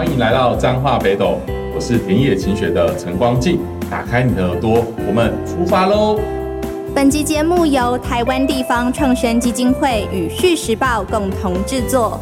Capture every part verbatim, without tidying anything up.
欢迎来到彰化北斗，我是田野勤学的陈光进，打开你的耳朵，我们出发喽！ 本集节目由台湾地方创生基金会与旭时报共同制作。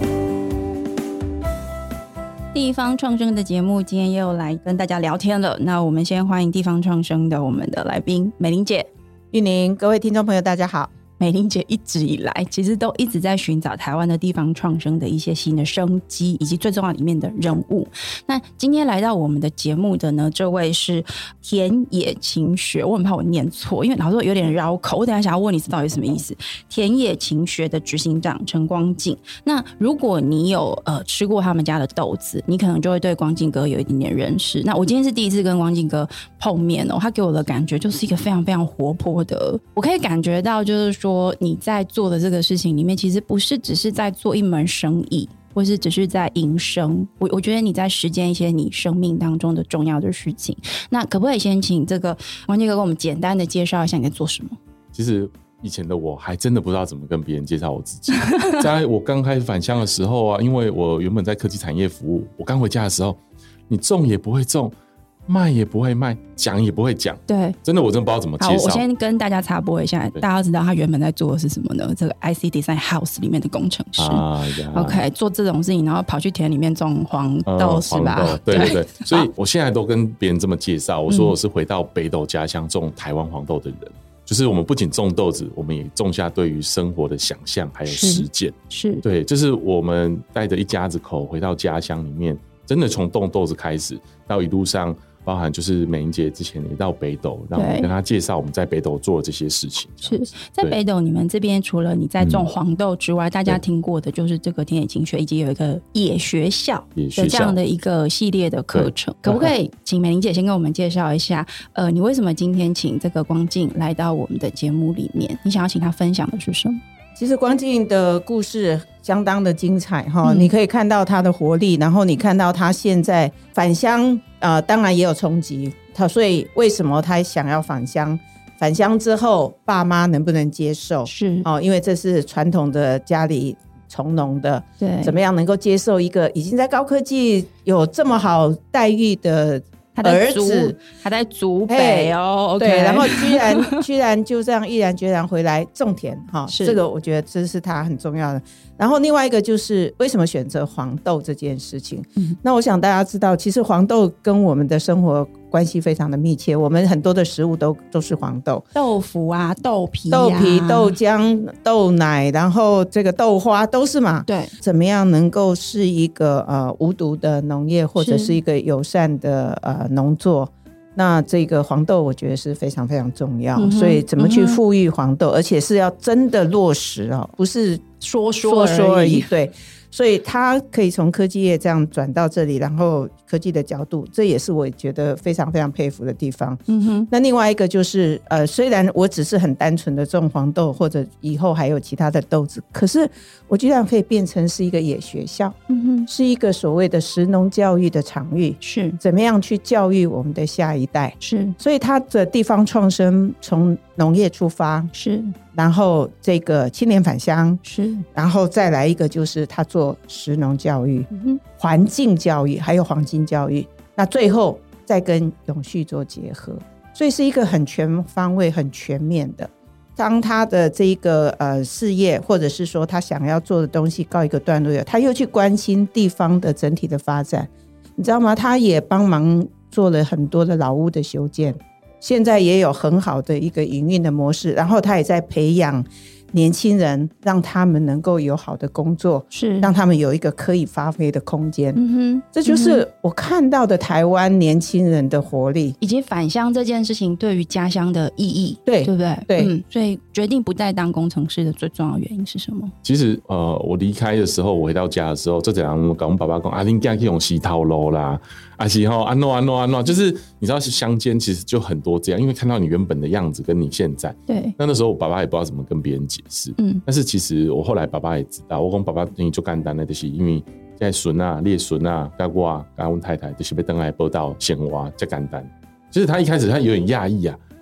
地方创生的节目今天又来跟大家聊天了，那我们先欢迎地方创生的我们的来宾美玲姐。 玉宁，各位听众朋友大家好。 美玲姐一直以来其实都一直在寻找台湾的地方创生的一些新的生机，以及最重要里面的人物。那今天来到我们的节目的呢，这位是田野勤学，我很怕我念错，因为老师有点绕口，我等一下想要问你是到底什么意思。田野勤学的执行长陈光进，那如果你有呃吃过他们家的豆子，你可能就会对光进哥有一点点认识。那我今天是第一次跟光进哥碰面哦，他给我的感觉就是一个非常非常活泼的，我可以感觉到就是说你在做的这个事情里面，其实不是只是在做一门生意，或是只是在营生，我我觉得你在实践一些你生命当中的重要的事情。那可不可以先请这个光进哥跟我们简单的介绍一下你在做什么？ 其实以前的我还真的不知道怎么跟别人介绍我自己。在我刚开始返乡的时候啊，因为我原本在科技产业服务，我刚回家的时候，你种也不会种，卖也不会卖，讲也不会讲，对，真的我真的不知道怎么介绍。 好，我先跟大家插播一下，大家知道他原本在做的是什么呢？这个 I C Design House 里面的工程师、啊、OK， 做这种事情，然后跑去田里面种黄豆、呃、是吧？ 黄豆，对对对。所以我现在都跟别人这么介绍，我说我是回到北斗家乡种台湾黄豆的人、嗯，就是我们不仅种豆子，我们也种下对于生活的想象还有实践。是，对，就是我们带着一家子口回到家乡里面，真的从种豆子开始，到一路上。包含就是美玲姐之前也到北斗，让我跟她介绍我们在北斗做的这些事情。 是在北斗，你们这边除了你在种黄豆之外、嗯，大家听过的就是这个田野勤学，以及有一个野学校的这样的一个系列的课程。可不可以请美玲姐先跟我们介绍一下？呃，你为什么今天请这个光进来到我们的节目里面？你想要请他分享的是什么？ 其实光进的故事相当的精彩、嗯、你可以看到他的活力，然后你看到他现在返乡、呃、当然也有冲击，所以为什么他想要返乡，返乡之后爸妈能不能接受，是、哦、因为这是传统的家里从农的，对，怎么样能够接受一个已经在高科技有这么好待遇的儿子， 他在竹北哦、hey, okay. 对，然后居然居然就这样毅然决然回来种田、哦、这个我觉得这是他很重要的。然后另外一个就是为什么选择黄豆这件事情、嗯、那我想大家知道，其实黄豆跟我们的生活关系非常的密切，我们很多的食物都都是黄豆， 豆腐啊，豆皮、啊、 豆皮、豆浆、豆奶，然后这个豆花都是嘛。对，怎么样能够是一个呃无毒的农业，或者是一个友善的呃农作，那这个黄豆我觉得是非常非常重要、嗯、所以怎么去富裕黄豆、嗯、而且是要真的落实哦，不是说说说而已。对，所以他可以从科技业这样转到这里，然后科技的角度，这也是我觉得非常非常佩服的地方。嗯哼。那另外一个就是呃，虽然我只是很单纯的种黄豆，或者以后还有其他的豆子，可是我居然可以变成是一个野学校，嗯哼，是一个所谓的食农教育的场域，是怎么样去教育我们的下一代，是，所以他的地方创生从农业出发，是，然后这个青年返乡，是，然后再来一个就是他做食农教育、嗯、环境教育，还有黄金教育，那最后再跟永续做结合，所以是一个很全方位很全面的。当他的这个呃事业，或者是说他想要做的东西告一个段落，他又去关心地方的整体的发展，你知道吗？他也帮忙做了很多的老屋的修建，现在也有很好的一个营运的模式，然后他也在培养年轻人，让他们能够有好的工作，是让他们有一个可以发挥的空间、嗯哼，这就是我看到的台湾年轻人的活力， 以及返乡这件事情对于家乡的意义，对对不对？对、嗯，所以决定不再当工程师的最重要的原因是什么？ 其实呃，我离开的时候，我回到家的时候，这怎样跟我爸爸说啊，你现在去用洗头路啦，啊是吼安诺安诺安诺，就是你知道乡间其实就很多这样，因为看到你原本的样子跟你现在，对，那那时候我爸爸也不知道怎么跟别人解释，嗯，但是其实我后来爸爸也知道，我跟爸爸你就简单的，就是因为现在孙啊、列孙啊、跟我跟我太太就是要回来报道生活这简单。就是他一开始他有点讶异啊，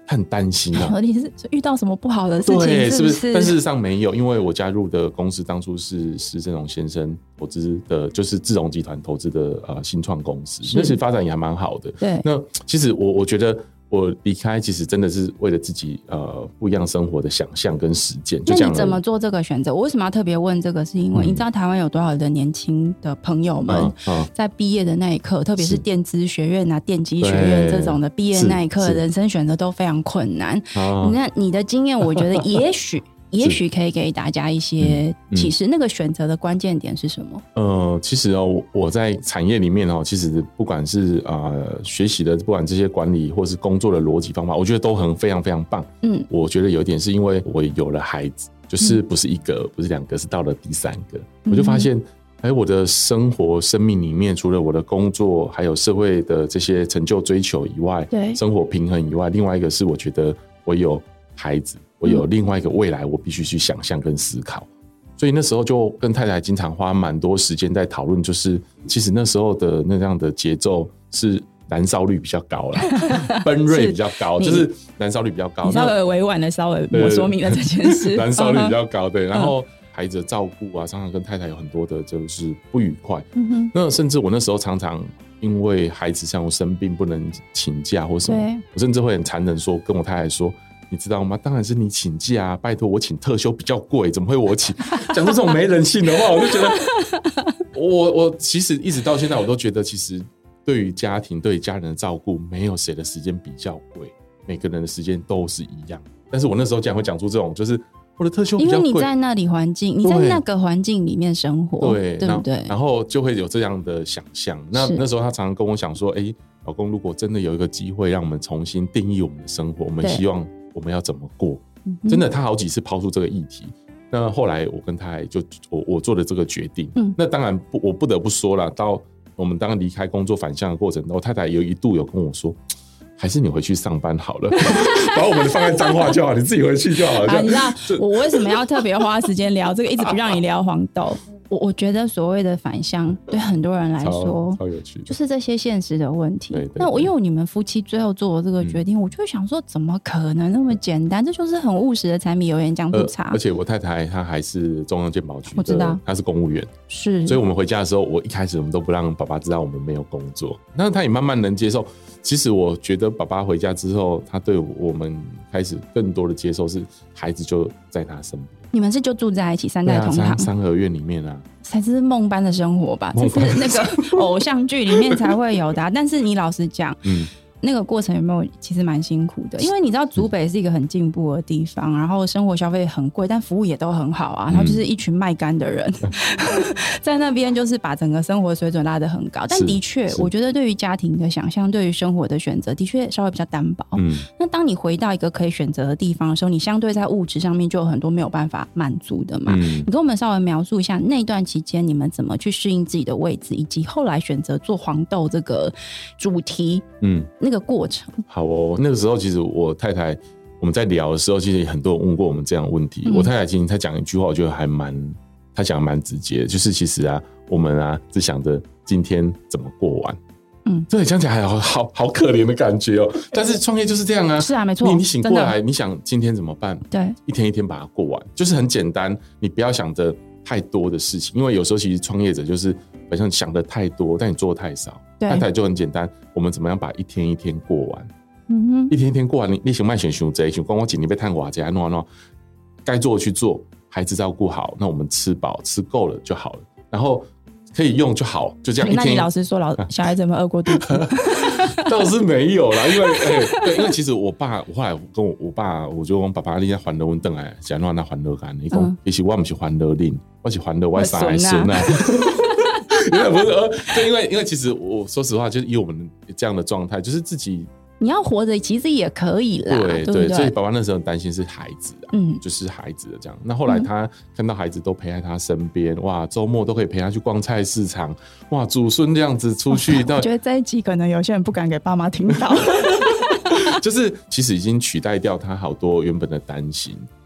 他很担心啊。 你是遇到什么不好的事情？ 对， 是不是？ 是不是？但事实上没有，因为我加入的公司当初是施正荣先生投资的，就是智荣集团投资的呃新创公司，那其实发展也还蛮好的。 对， 那其实我我觉得。我离开其实真的是为了自己呃不一样生活的想象跟实践。就这样。 那你怎么做这个选择？我为什么要特别问这个？是因为你知道台湾有多少的年轻的朋友们、嗯嗯、在毕业的那一刻，特别是电资学院啊、电机学院这种的毕业那一刻，人生选择都非常困难。那你的经验，我觉得也许。也许可以给大家一些启示、嗯嗯、那个选择的关键点是什么？ 呃，其实哦，我在产业里面哦，其实不管是呃学习的，不管这些管理或是工作的逻辑方法，我觉得都很非常非常棒。嗯，我觉得有一点是因为我有了孩子，就是不是一个，嗯、不是两个，是到了第三个，嗯、我就发现，哎，我的生活生命里面，除了我的工作，还有社会的这些成就追求以外，对，生活平衡以外，另外一个是我觉得我有孩子。我有另外一个未来，我必须去想象跟思考，所以那时候就跟太太经常花蛮多时间在讨论，就是其实那时候的那样的节奏是燃烧率比较高啦，奔锐比较高，就是燃烧率比较高。 你稍微委婉的稍微我说明了这件事， 燃烧率比较高，对。然后孩子的照顾啊，常常跟太太有很多的就是不愉快。嗯、那甚至我那时候常常因为孩子像我生病不能请假或什么，我甚至会很残忍说，跟我太太说。你知道吗？当然是你请假啊！拜托，我请特休比较贵，怎么会我请？讲出这种没人性的话，我就觉得，我我其实一直到现在，我都觉得，其实对于家庭、对于家人的照顾，没有谁的时间比较贵，每个人的时间都是一样。但是我那时候竟然会讲出这种，就是我的特休比较贵， 因为你在那里环境，你在那个环境里面生活，对，对不对？ 然后就会有这样的想象。那那时候他常常跟我讲说：“哎、欸，老公，如果真的有一个机会，让我们重新定义我们的生活，我们希望。”我们要怎么过？真的，他好几次抛出这个议题。那后来我跟他就 我, 我做了这个决定。嗯、那当然不，我不得不说了，到我们当然离开工作返乡的过程中，我太太有一度有跟我说，还是你回去上班好了，把我们放在彰化就好，你自己回去就好了。 啊、你知道我为什么要特别花时间聊这个，一直不让你聊黄豆？我我觉得所谓的返乡对很多人来说超, 超有趣， 就是这些现实的问题。对对对，那我因为你们夫妻最后做了这个决定、嗯、我就会想说怎么可能那么简单，这就是很务实的柴米油盐酱醋茶、呃、 而且我太太她还是中央健保局的， 我知道她是公务员， 是， 所以我们回家的时候，我一开始我们都不让爸爸知道我们没有工作，那他也慢慢能接受。其实我觉得爸爸回家之后，他对我们开始更多的接受，是孩子就在他身边。你们是就住在一起，三代同堂， 啊、三合院里面啊， 才是梦般的生活吧？这是那个偶像剧里面才会有的、啊。但是你老实讲，嗯。那个过程有没有其实蛮辛苦的？因为你知道竹北是一个很进步的地方，然后生活消费很贵，但服务也都很好啊。然后就是一群卖干的人、嗯、在那边就是把整个生活水准拉得很高。但的确，我觉得对于家庭的想象，对于生活的选择，的确稍微比较单薄。嗯，那当你回到一个可以选择的地方的时候，你相对在物质上面就有很多没有办法满足的嘛。嗯，你跟我们稍微描述一下那段期间你们怎么去适应自己的位置，以及后来选择做黄豆这个主题。嗯。那个过程。 好哦，那个时候其实我太太我们在聊的时候，其实很多人问过我们这样的问题、嗯、我太太今天她讲一句话我觉得还蛮她讲的蛮直接的，就是其实啊我们啊只想着今天怎么过完。嗯，对，讲起来好好好可怜的感觉哦。但是创业就是这样啊， 是啊，没错。 你你醒过来，你想今天怎么办？ 对， 一天一天把它过完，就是很简单。你不要想着太多的事情，因为有时候其实创业者就是好像想的太多，但你做的太少。太太就很简单，我们怎么样把一天一天过完？嗯哼，一天一天过完，你你想卖想想这想光光紧，你被探寡家弄弄，该做的去做，孩子照顾好，那我们吃饱吃够了就好了，然后可以用就好，就这样一天。 那你老实说，老小孩子有没有饿过肚子？ 倒是没有啦，因为哎、欸，对，因为其实我爸，我后来跟我我爸，我就问爸爸，你在还乐问邓来，讲话那还乐干，你讲，其实我不是还乐令，我是还乐我三个孙啊。因为不是，对，因为因为其实我说实话，就是以我们这样的状态，就是自己你要活着其实也可以啦， 对对, 对, 对， 所以爸爸那时候担心是孩子啊，嗯，就是孩子的这样。那后来他看到孩子都陪在他身边，嗯、哇，周末都可以陪他去逛菜市场，哇，祖孙这样子出去， 我觉得这一集可能有些人不敢给爸妈听到， 就是其实已经取代掉他好多原本的担心。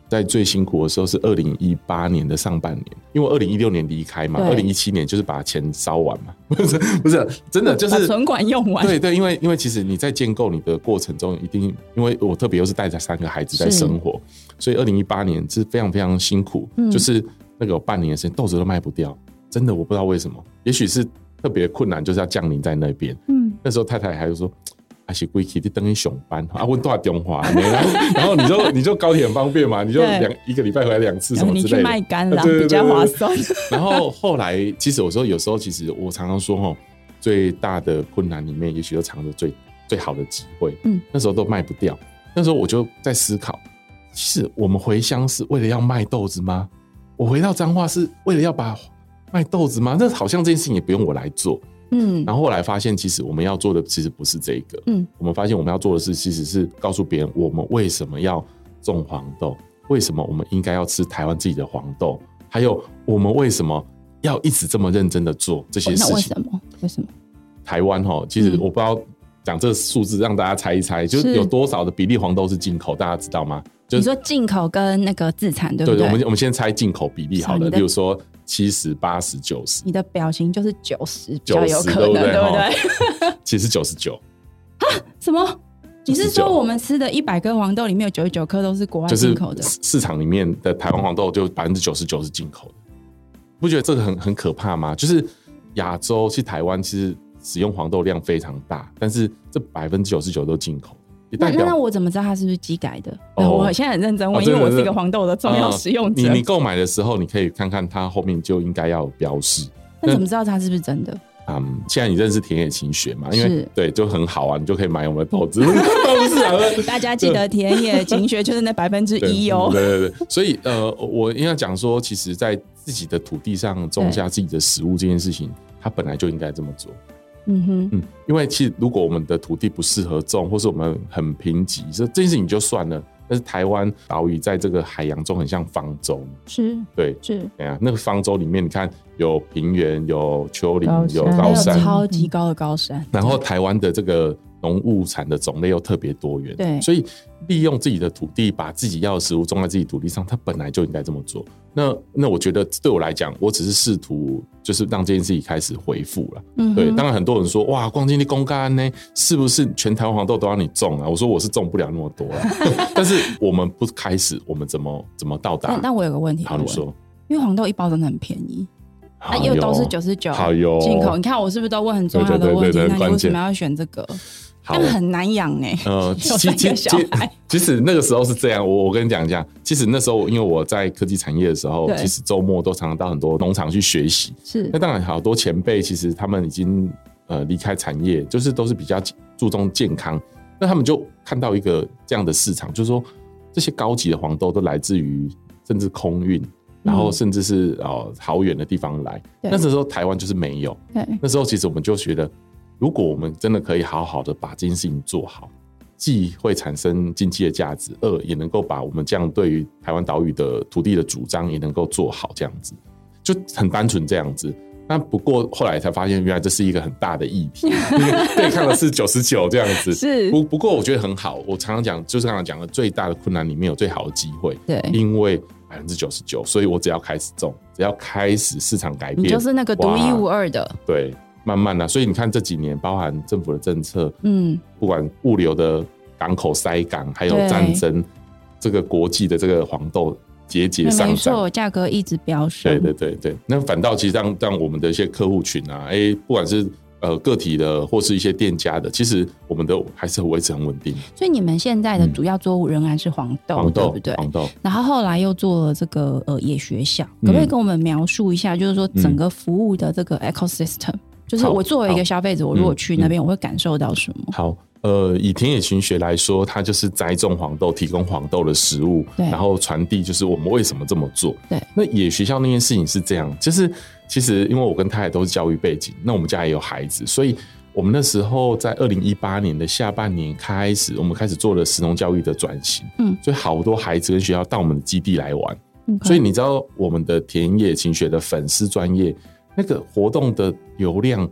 在最辛苦的时候是二零一八年的上半年，因为二零一六年离开嘛，二零一七年就是把钱烧完嘛，不是不是真的就是把存款用完。 对对，因为因为其实你在建构你的过程中，一定因为我特别又是带着三个孩子在生活，所以二零一八年是非常非常辛苦，嗯、就是那个有半年的时间豆子都卖不掉，真的我不知道为什么，也许是特别困难，就是要降临在那边。嗯，那时候太太还就说。还是贵气，你等于上班啊？问多少中华，然后然后你就你就高铁很方便嘛，你就两一个礼拜回来两次什么之类的， 你去卖干了、啊、比较划算。 然后后来，其实我说有时候，其实我常常说哈，最大的困难里面，也许就藏着最最好的机会。嗯，那时候都卖不掉，那时候我就在思考，其实我们回乡是为了要卖豆子吗？我回到彰化是为了要把卖豆子吗？那好像这件事情也不用我来做。嗯，然后后来发现，其实我们要做的其实不是这个。嗯，我们发现我们要做的事，其实是告诉别人我们为什么要种黄豆，为什么我们应该要吃台湾自己的黄豆，还有我们为什么要一直这么认真的做这些事情。 那为什么？为什么？ 台湾哈，其实我不知道讲这个数字，让大家猜一猜，就是有多少的比例黄豆是进口，大家知道吗？ 你说进口跟那个自产，对不对？ 对，我们我们先猜进口比例好了，比如说七十、八十、九十。 你的表情就是九十，比较有可能，对不 对, 对, 不对？ 其实九十九。 哈？什么？你是说我们吃的一百颗黄豆里面有九十九颗都是国外进口的？ 就是市场里面的台湾黄豆就百分之九十九是进口的，不觉得这个很很可怕吗？就是亚洲，其实台湾其实使用黄豆量非常大，但是这百分之九十九都进口。 那, 那我怎么知道它是不是机改的？哦、我现在很认真问、哦，因为我是一个黄豆的重要使用者。 嗯、你你购买的时候，你可以看看它后面就应该要有标示。 那怎么知道它是不是真的？ 嗯，现在你认识田野勤学嘛？因为对就很好啊，你就可以买我们的豆子。不是啊， 大家记得田野勤学就是那百分之一哦。 对对对，所以呃，我应该讲说，其实，在自己的土地上种下自己的食物这件事情，它本来就应该这么做。嗯哼，嗯，因为其实如果我们的土地不适合种，或是我们很贫瘠，这这件事情就算了。但是台湾岛屿在这个海洋中很像方舟， 是， 对， 是， 对啊，那个方舟里面，你看有平原、有丘陵、有高山， 有超级高的高山。 然后台湾的这个农物产的种类又特别多元， 对， 所以利用自己的土地，把自己要的食物种在自己土地上，它本来就应该这么做。那那我觉得对我来讲，我只是试图就是让这件事情开始恢复了。嗯，对，当然很多人说哇，光经历公干呢，是不是全台湾黄豆都要你种啊？我说我是种不了那么多啊，但是我们不开始，我们怎么怎么到达？ 但, 但我有个问题， 好，你说， 因为黄豆一包真的很便宜。啊，又都是九十九进口，你看我是不是都问很重要的问题？那你为什么要选这个？但很难养哎、欸。呃，其实其实那个时候是这样，我我跟你讲一下，其实那时候因为我在科技产业的时候，其实周末都常常到很多农场去学习。 是， 那当然好多前辈其实他们已经呃离开产业，就是都是比较注重健康，那他们就看到一个这样的市场，就是说这些高级的黄豆都来自于甚至空运。然后甚至是呃好远的地方来，那时候台湾就是没有。那时候其实我们就觉得，如果我们真的可以好好的把这件事情做好，既会产生经济的价值，二也能够把我们这样对于台湾岛屿的土地的主张也能够做好，这样子就很单纯这样子。那不过后来才发现，原来这是一个很大的议题，因为对抗的是九十九这样子。 是， 不不过我觉得很好。我常常讲，就是刚刚讲的最大的困难里面有最好的机会。 对， 因为百分之九十九，所以我只要开始种，只要开始市场改变， 你就是那个独一无二的。 对，慢慢的、啊，所以你看这几年，包含政府的政策，嗯，不管物流的港口塞港，还有战争，这个国际的这个黄豆节节上涨，没错，价格一直飙升。 对对对对，那反倒其实让让我们的一些客户群啊，哎，不管是呃个体的或是一些店家的，其实我们都还是维持很稳定。 所以你们现在的主要作物仍然是黄豆， 黄豆对不对？ 黄豆。 然后后来又做了这个呃野学校，可不可以跟我们描述一下，就是说整个服务的这个 ecosystem，、嗯、就是我作为一个消费者，我如果去那边，我会感受到什么？ 好。呃，以田野勤学来说，它就是栽种黄豆，提供黄豆的食物，然后传递就是我们为什么这么做。 对， 那野学校那件事情是这样，就是其实因为我跟太太都是教育背景，那我们家也有孩子，所以我们那时候在二零一八年的下半年开始，我们开始做了食农教育的转型。嗯，所以好多孩子跟学校到我们的基地来玩。Okay. 所以你知道我们的田野勤学的粉丝专页那个活动的流量。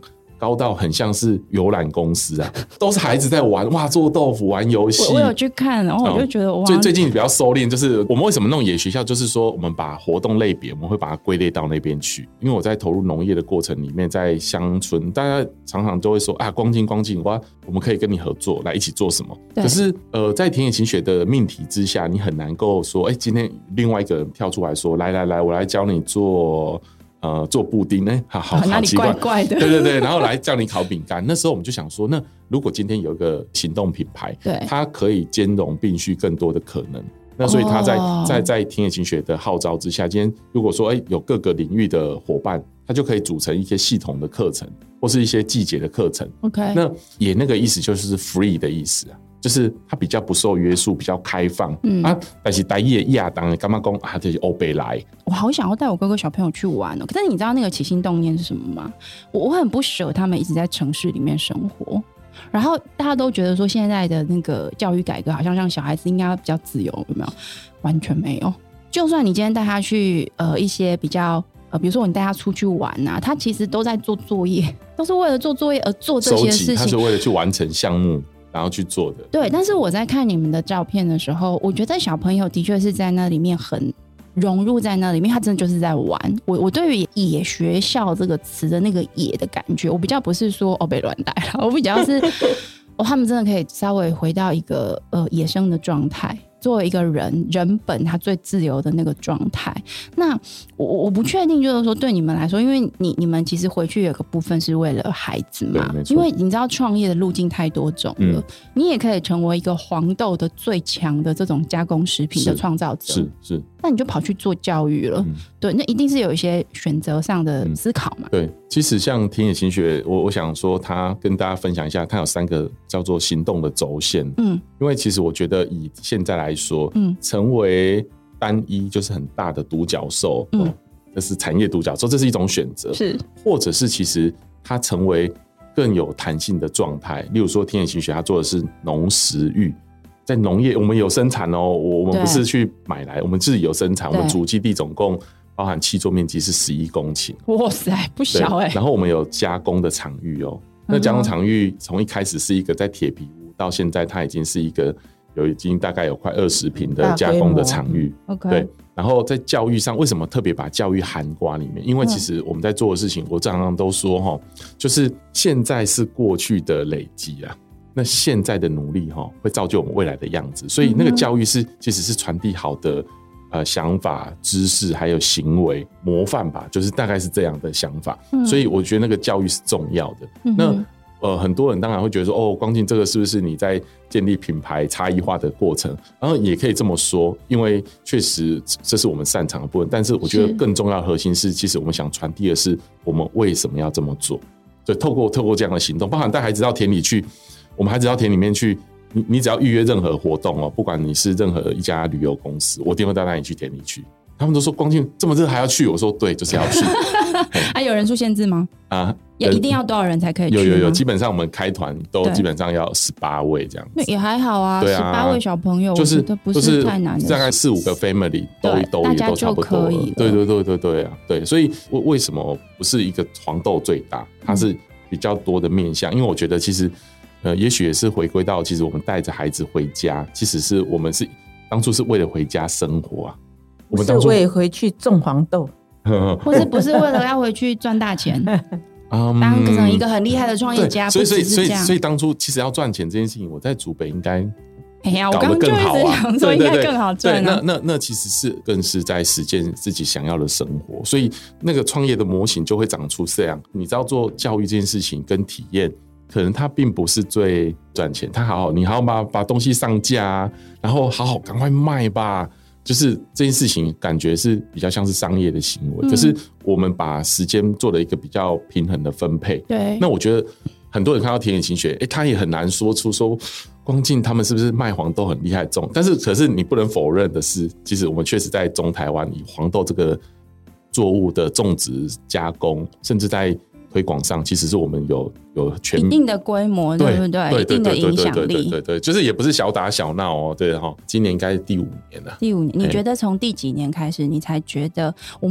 高到很像是游览公司啊，都是孩子在玩，哇，做豆腐、玩游戏。 我有去看，然后我就觉得、嗯、哇， 最最近比较收敛，就是我们为什么弄野学校，就是说我们把活动类别，我们会把它归类到那边去。因为我在投入农业的过程里面，在乡村，大家常常都会说啊，光进光进，哇，我们可以跟你合作来一起做什么？可是呃，在田野勤学的命题之下，你很难够说，哎、欸，今天另外一个人跳出来说，来来来，我来教你做。呃，做布丁呢、欸，好好好奇怪， 怪怪的， 对对对，然后来叫你烤饼干。那时候我们就想说，那如果今天有一个行动品牌， 对， 它可以兼容并蓄更多的可能。那所以他在、哦、在在田野勤学的号召之下，今天如果说哎、欸、有各个领域的伙伴，他就可以组成一些系统的课程，或是一些季节的课程。 OK， 那也那个意思就是 free 的意思啊。就是它比较不受约束，比较开放、嗯、啊。但是台语的亚当的干嘛讲啊？就是欧北来。 我好想要带我哥哥小朋友去玩哦，可是你知道那个起心动念是什么吗？我我很不舍他们一直在城市里面生活，然后大家都觉得说现在的那个教育改革好像让小孩子应该比较自由，有没有？完全没有。就算你今天带他去呃一些比较。呃，比如说你带他出去玩啊，他其实都在做作业，都是为了做作业而做这些事情。 他是为了去完成项目。然后去做的。 对，但是我在看你们的照片的时候，我觉得小朋友的确是在那里面很融入在那里面，他真的就是在玩。我我对于野学校这个词的那个野的感觉，我比较不是说哦被乱带了，我比较是哦他们真的可以稍微回到一个呃野生的状态。作为一个人人本他最自由的那个状态，那我我不确定就是说对你们来说，因为你你们其实回去有个部分是为了孩子嘛，因为你知道创业的路径太多种了、嗯、你也可以成为一个黄豆的最强的这种加工食品的创造者， 是 是, 是， 那你就跑去做教育了、嗯、对，那一定是有一些选择上的思考嘛、嗯、 对，其实像田野勤学，我我想说他跟大家分享一下，他有三个叫做行动的轴线，嗯，因为其实我觉得以现在来说，嗯，成为单一就是很大的独角兽，嗯，这是产业独角兽，这是一种选择， 是， 或者是其实它成为更有弹性的状态，例如说田野勤学，它做的是农食育，在农业我们有生产哦，我们不是去买来，我们自己有生产，我们主基地总共包含契作面积是十一公顷， 哇塞，不小哎、欸。 然后我们有加工的场域哦，那加工场域从一开始是一个在铁皮屋，到现在它已经是一个。有已经大概有快二十坪的加工的场域， okay. 对。然后在教育上，为什么特别把教育含括里面？因为其实我们在做的事情，我常常都说哈，就是现在是过去的累积啊，那现在的努力哈，会造就我们未来的样子。所以那个教育是其实是传递好的呃想法、知识还有行为模范吧，就是大概是这样的想法。嗯、所以我觉得那个教育是重要的。嗯、那呃，很多人当然会觉得说，哦，光进这个是不是你在建立品牌差异化的过程？然后也可以这么说，因为确实这是我们擅长的部分。但是我觉得更重要的核心是，其实我们想传递的是我们为什么要这么做。所以透过透过这样的行动，包含带孩子到田里去，我们孩子到田里面去，你你只要预约任何活动哦，不管你是任何一家旅游公司，我一定会带你去田里去。他们都说光进这么热还要去，我说对，就是要去。 啊，有人数限制吗？啊，也一定要多少人才可以去？ 有有有，基本上我们开团都基本上要十八位这样子。 那也还好啊，十八、啊、位小朋友，就是不是太难的， 就是、大概四五个 family 都都也都差不多了。对对对对对啊，对，所以为什么不是一个黄豆最大？它是比较多的面向，因为我觉得其实呃，也许也是回归到，其实我们带着孩子回家，其实是我们是当初是为了回家生活啊。 我们当初是为了回去种黄豆， 或是不是为了要回去赚大钱？嗯、当成一个很厉害的创业家， 所以所以所以所以当初其实要赚钱这件事情，我在竹北应该搞得更好啊， 对对对，更好赚、啊。 那那那其实是更是在实践自己想要的生活，所以那个创业的模型就会长出这样。你知道做教育这件事情跟体验，可能它并不是最赚钱，它好好你好好把把东西上架、啊，然后好好赶快卖吧。就是这件事情感觉是比较像是商业的行为、嗯、可是我们把时间做了一个比较平衡的分配。 对， 那我觉得很多人看到田野勤学、欸、他也很难说出说光进他们是不是卖黄豆很厉害种，但是可是你不能否认的是，其实我们确实在中台湾以黄豆这个作物的种植加工，甚至在推广上，其实是我们有有全一定的规模，对不对？一定的影响力， 对对对，就是也不是小打小闹哦，对哈。今年应该是第五年了。 第五年，你觉得从第几年开始，你才觉得我们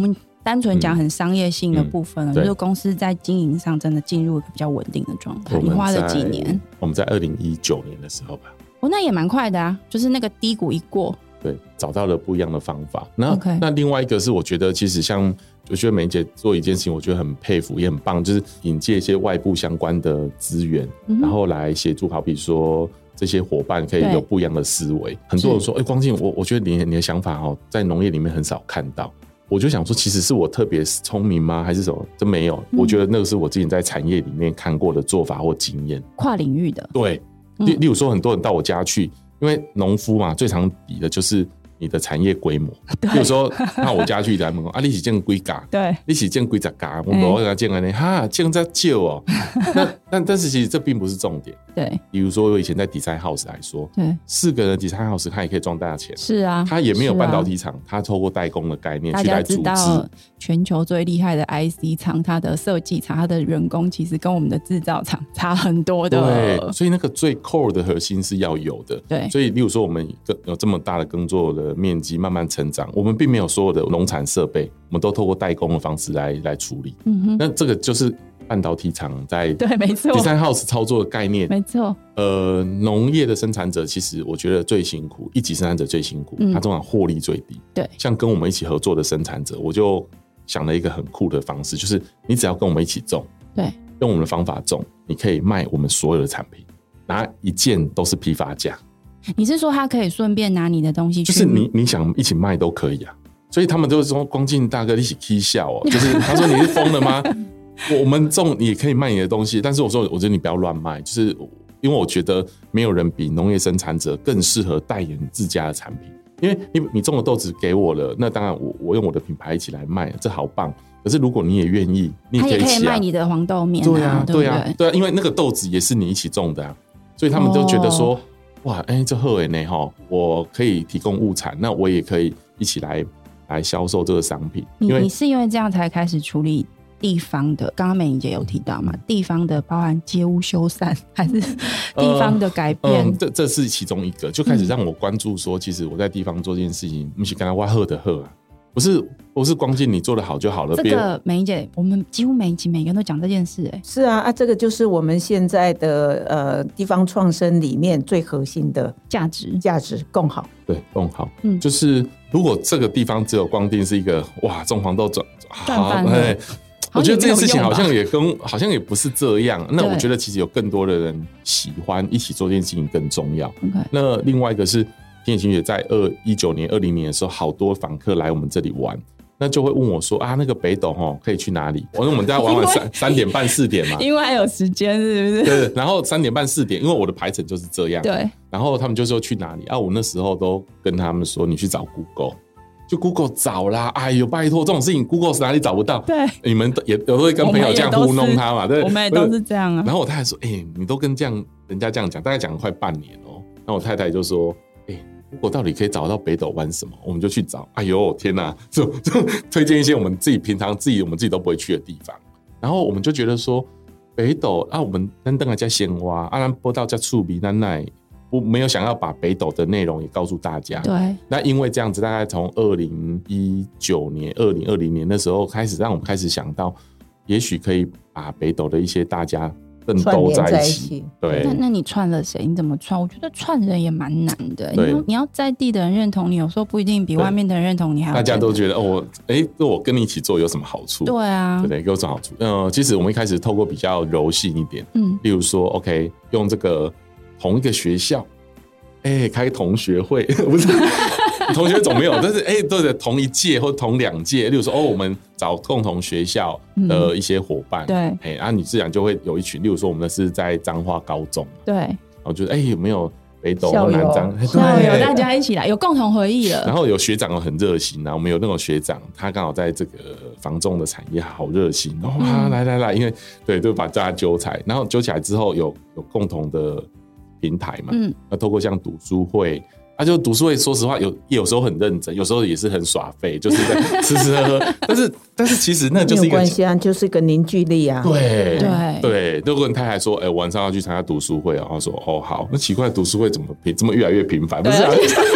单纯讲很商业性的部分了、嗯嗯、就是公司在经营上真的进入一个比较稳定的状态。你花了几年？ 我们在二零一九年的时候吧。 哦，那也蛮快的啊，就是那个低谷一过， 对，找到了不一样的方法。那、okay. 那另外一个是，我觉得其实像我觉得美姐做一件事情，我觉得很佩服，也很棒，就是引介一些外部相关的资源、嗯，然后来协助，好比说这些伙伴可以有不一样的思维。很多人说，哎、欸，光进，我我觉得你你的想法哦，在农业里面很少看到。我就想说，其实是我特别聪明吗？还是什么？真没有、嗯。我觉得那个是我之前在产业里面看过的做法或经验， 跨领域的。 对，例、嗯、例如说，很多人到我家去，因为农夫嘛，最常比的就是你的产业规模。比如说，那我家去来问啊，你是建几家？对，你是建几十家？我我跟他建个呢，哈，建在旧哦。那但但是其实这并不是重点。 对， 比如说我以前在 design house 来说，对，四个人 design house 他也可以赚大钱。 是啊， 他也没有半导体厂，他透过代工的概念去来组织。大家知道全球最厉害的 I C 厂，它的设计厂，它的员工其实跟我们的制造厂差很多的。 对，所以那个最 core 的核心是要有的。对，所以例如说我们有这么大的耕作的面积慢慢成长，我们并没有所有的农产设备，我们都透过代工的方式来来处理。嗯哼，那这个就是半导体厂在对没错 design house 操作的概念。 没错， 呃，农业的生产者其实我觉得最辛苦，一级生产者最辛苦，嗯、他通常获利最低。对，像跟我们一起合作的生产者，我就想了一个很酷的方式，就是你只要跟我们一起种，对，用我们的方法种，你可以卖我们所有的产品，拿一件都是批发价。 你是说他可以顺便拿你的东西去？ 就是你你想一起卖都可以啊。所以他们就会说：“光进大哥，你一起 K 笑哦。”就是他说：“你是疯了吗？我们种你也可以卖你的东西，但是我说，我觉得你不要乱卖，就是因为我觉得没有人比农业生产者更适合代言自家的产品。因为你你种的豆子给我了，那当然我我用我的品牌一起来卖，这好棒。可是如果你也愿意，你也可以一起、啊、 他也可以卖你的黄豆面、啊， 对啊， 对啊，对啊，因为那个豆子也是你一起种的啊，所以他们都觉得说，哦、哇，哎、欸，这好耶呢哈，我可以提供物产，那我也可以一起来。来销售这个商品， 你你是因为这样才开始处理地方的？刚刚美玲姐有提到嘛，地方的包含街屋修缮还是地方的改变？呃嗯、 这这是其中一个，就开始让我关注说，其实我在地方做这件事情，不是跟他挖鹤的鹤啊，不是不是光进你做得好就好了。 这个美玲姐，我们几乎每一集每个人都讲这件事、欸，哎， 是啊啊，这个就是我们现在的呃地方创生里面最核心的价值， 价值共好。 对，共好，嗯，就是如果这个地方只有光定是一个哇种黄豆赚赚翻了， 我觉得这件事情好像也跟好像也不是这样。那我觉得其实有更多的人喜欢一起做这件事情更重要。Okay. 那另外一个是天野晴姐在二一九年、二零年的时候，好多访客来我们这里玩。那就会问我说啊，那个北斗吼可以去哪里？我说我们大家玩完三三点半四点嘛， 因为还有时间，是不是？ 对。然后三点半四点，因为我的排程就是这样。对。然后他们就说去哪里啊？我那时候都跟他们说，你去找 Google， 就 Google 找啦。哎呦，拜托，这种事情 Google 是哪里找不到？对。你们也有时候会跟朋友这样糊弄他嘛？对。 我们也都是这样啊。 然后我太太说，哎、欸，你都跟这样人家这样讲，大概讲了快半年哦、喔。那我太太就说，哎、欸。我到底可以找到北斗湾什么？我们就去找。哎呦天哪，就就推荐一些我们自己平常自己我们自己都不会去的地方。然后我们就觉得说，北斗啊，我们单登来加鲜花，阿兰波道加醋鼻，那那我没有想要把北斗的内容也告诉大家。对。那因为这样子，大概从二零一九年、二零二零年那时候开始，让我们开始想到，也许可以把北斗的一些大家。更都在一起，对。 那那你串了谁？你怎么串？我觉得串人也蛮难的。你要你要在地的人认同你，有时候不一定比外面的人认同你还要。 大家都觉得哦，我哎，那我跟你一起做有什么好处？ 对啊， 对对，有什么好处？呃，其实我们一开始透过比较柔性一点，嗯，例如说 ，OK， 用这个同一个学校，哎，开同学会，不是。同学总没有，但是哎，对的，同一届或同两届，例如说哦，我们找共同学校的一些伙伴，嗯、对，哎，然后你自然就会有一群，例如说我们的是在彰化高中，对，然后觉得哎有没有北斗或南彰， 校友大家一起来，有共同回忆了。 然后有学长很热心啊，我们有那种学长，他刚好在这个房仲的产业好热心，然后啊、嗯、来来来，因为对，就把大家揪起来，然后揪起来之后有有共同的平台嘛，嗯，那透过像读书会。啊，就读书会，说实话，有有时候很认真，有时候也是很耍废，就是在吃吃喝喝。但是，但是其实那就是一个没有关系啊，就是一个凝聚力啊。 对对对，如果你太太说，哎、欸，晚上要去参加读书会，然后说，哦，好，那奇怪，读书会怎么这么越来越频繁？不是啊？ 你们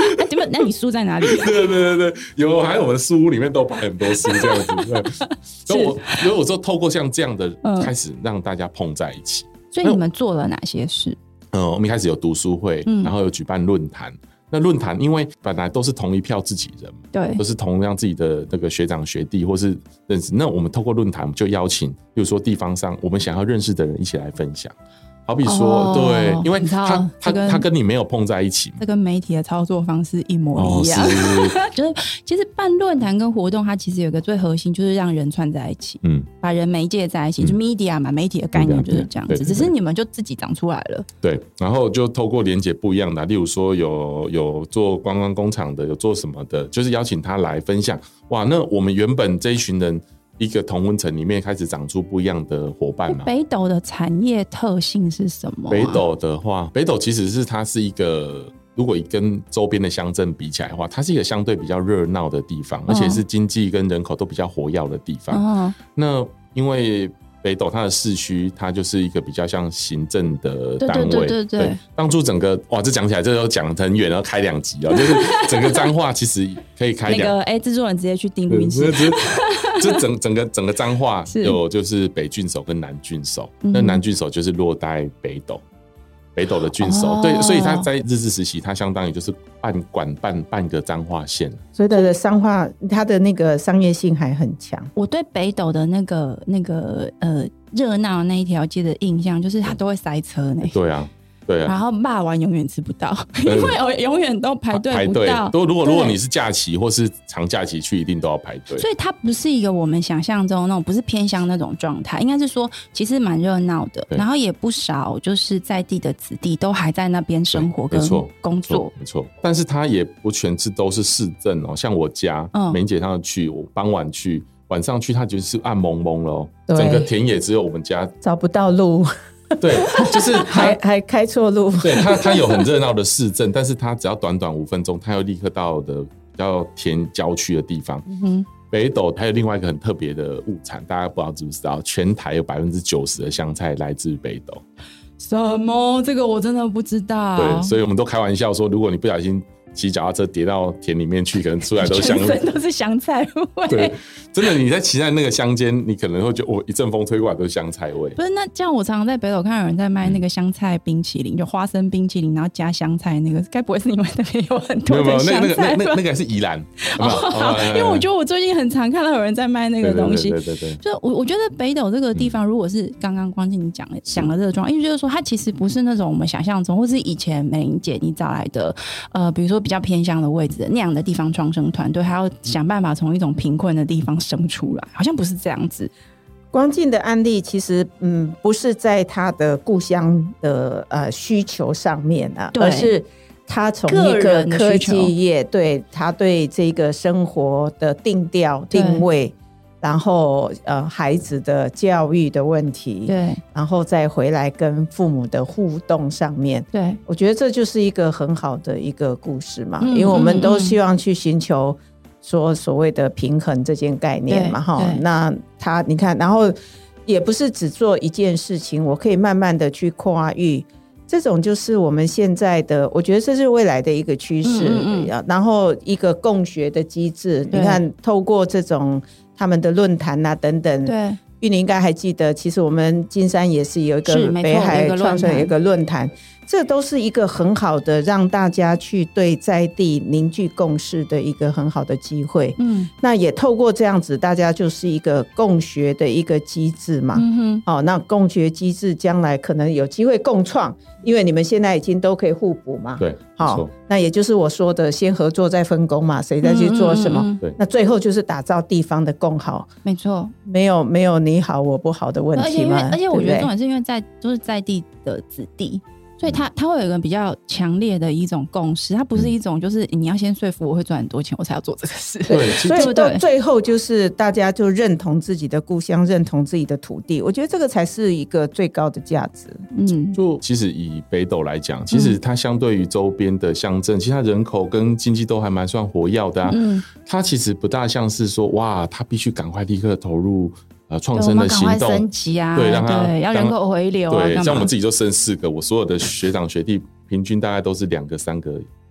那你书在哪里？ 对对对对，有，还有我们书屋里面都摆很多书这样子。所以我所以我就透过像这样的开始让大家碰在一起。嗯、 所以你们做了哪些事？ 嗯，我们一开始有读书会，嗯、然后有举办论坛。那论坛因为本来都是同一票自己人， 对， 都是同样自己的那个学长学弟或是认识。那我们透过论坛就邀请，比如说地方上我们想要认识的人一起来分享。好比说，哦、对，因为他他他跟你没有碰在一起， 这跟媒体的操作方式一模一样。哦、是就是其实办论坛跟活动，它其实有一个最核心，就是让人串在一起，嗯，把人媒介在一起，嗯、就 media 嘛，媒体的概念就是这样子。只是你们就自己长出来了， 对。然后就透过连结不一样的，例如说有有做观光工厂的，有做什么的，就是邀请他来分享。哇，那我们原本这一群人。一个同温层里面开始长出不一样的伙伴嘛。 北斗的产业特性是什么、啊？ 北斗的话，北斗其实是它是一个，如果跟周边的乡镇比起来的话，它是一个相对比较热闹的地方，而且是经济跟人口都比较活跃的地方。哦、那因为北斗它的市区，它就是一个比较像行政的单位。对对对 对, 对，当初整个哇，这讲起来这都讲很远，然后开两集哦，就是整个彰化其实可以开两。那个哎，制作人直接去订录音室。 这整整个整个彰化有就是北郡守跟南郡守，那、嗯、南郡守就是落在北斗，北斗的郡守，哦、对，所以他在日治时期，他相当于就是半管半半个彰化县， 所以的彰化它的那个商业性还很强。 我对北斗的那个那个呃热闹那一条街的印象，就是它都会塞车呢。 对啊。对啊， 然后骂完永远吃不到，因为永远都排队不到。 都如果如果你是假期或是长假期去，一定都要排队。 所以它不是一个我们想象中那种，不是偏乡那种状态，应该是说其实蛮热闹的，然后也不少就是在地的子弟都还在那边生活跟工作， 没错。但是它也不全是都是市政哦，像我家，嗯，梅姐她去，我傍晚去，晚上去，它就是暗蒙蒙了哦，整个田野只有我们家， 找不到路。 对，就是还还开错路。 对，它它有很热闹的市政，但是它只要短短五分钟，它又立刻到的比较田郊区的地方。嗯哼，北斗还有另外一个很特别的物产，大家不知道知不知道？全台有百分之九十的香菜来自北斗。 什么？这个我真的不知道。 对，所以我们都开玩笑说，如果你不小心骑脚踏车跌到田里面去，可能出来都香， 全身都是香菜味。 对，真的，你在骑在那个乡间，你可能会觉得，哦，一阵风吹过来都是香菜味。 不是，那这样我常常在北斗看到有人在卖那个香菜冰淇淋，嗯、就花生冰淇淋，然后加香菜那个，该不会是因为那边有很多的香菜？ 没有，没有，那那个那那个是宜兰， 哦，因为我觉得我最近很常看到有人在卖那个东西。 对对对对对， 就我我觉得北斗这个地方，如果是刚刚光进你讲的讲的这个状况，因为就是说它其实不是那种我们想象中，或是以前美玲姐你找来的，呃，比如说比较偏向的位置的那样的地方创生团队，还要想办法从一种贫困的地方生出来，好像不是这样子。 光进的案例其实嗯不是在他的故乡的呃需求上面啊，而是他从一个科技业对他对这个生活的定调定位，然后呃孩子的教育的问题， 对， 然后再回来跟父母的互动上面， 对，我觉得这就是一个很好的一个故事嘛，嗯、因为我们都希望去寻求说所谓的平衡这件概念嘛，哈，那他你看，然后也不是只做一件事情，我可以慢慢的去跨域。这种就是我们现在的，我觉得这是未来的一个趋势，嗯嗯嗯，然后一个共学的机制，你看透过这种他们的论坛啊等等， 对， 玉玲应该还记得，其实我们金山也是有一个北海创生有一个论坛，这都是一个很好的让大家去对在地凝聚共识的一个很好的机会。嗯，那也透过这样子，大家就是一个共学的一个机制嘛。嗯哼，哦，那共学机制将来可能有机会共创，因为你们现在已经都可以互补嘛。 对， 好，那也就是我说的，先合作再分工嘛，谁再去做什么？嗯嗯嗯，那最后就是打造地方的共好。 没错， 没有没有你好我不好的问题嘛。 而且而且我觉得重点是因为在都是在地的子弟。所以它它会有一个比较强烈的一种共识，它不是一种就是你要先说服我会赚很多钱我才要做这个事。 对，所以到最后就是大家就认同自己的故乡，认同自己的土地，我觉得这个才是一个最高的价值。 嗯，就其实以北斗来讲，其实它相对于周边的乡镇，其实它人口跟经济都还蛮算活跃的啊。嗯，它其实不大像是说哇，它必须赶快立刻投入。呃，创生的行动， 升级啊， 对，让他对要人口回流、啊， 对，像我们自己就生四个，我所有的学长学弟平均大概都是两个三个，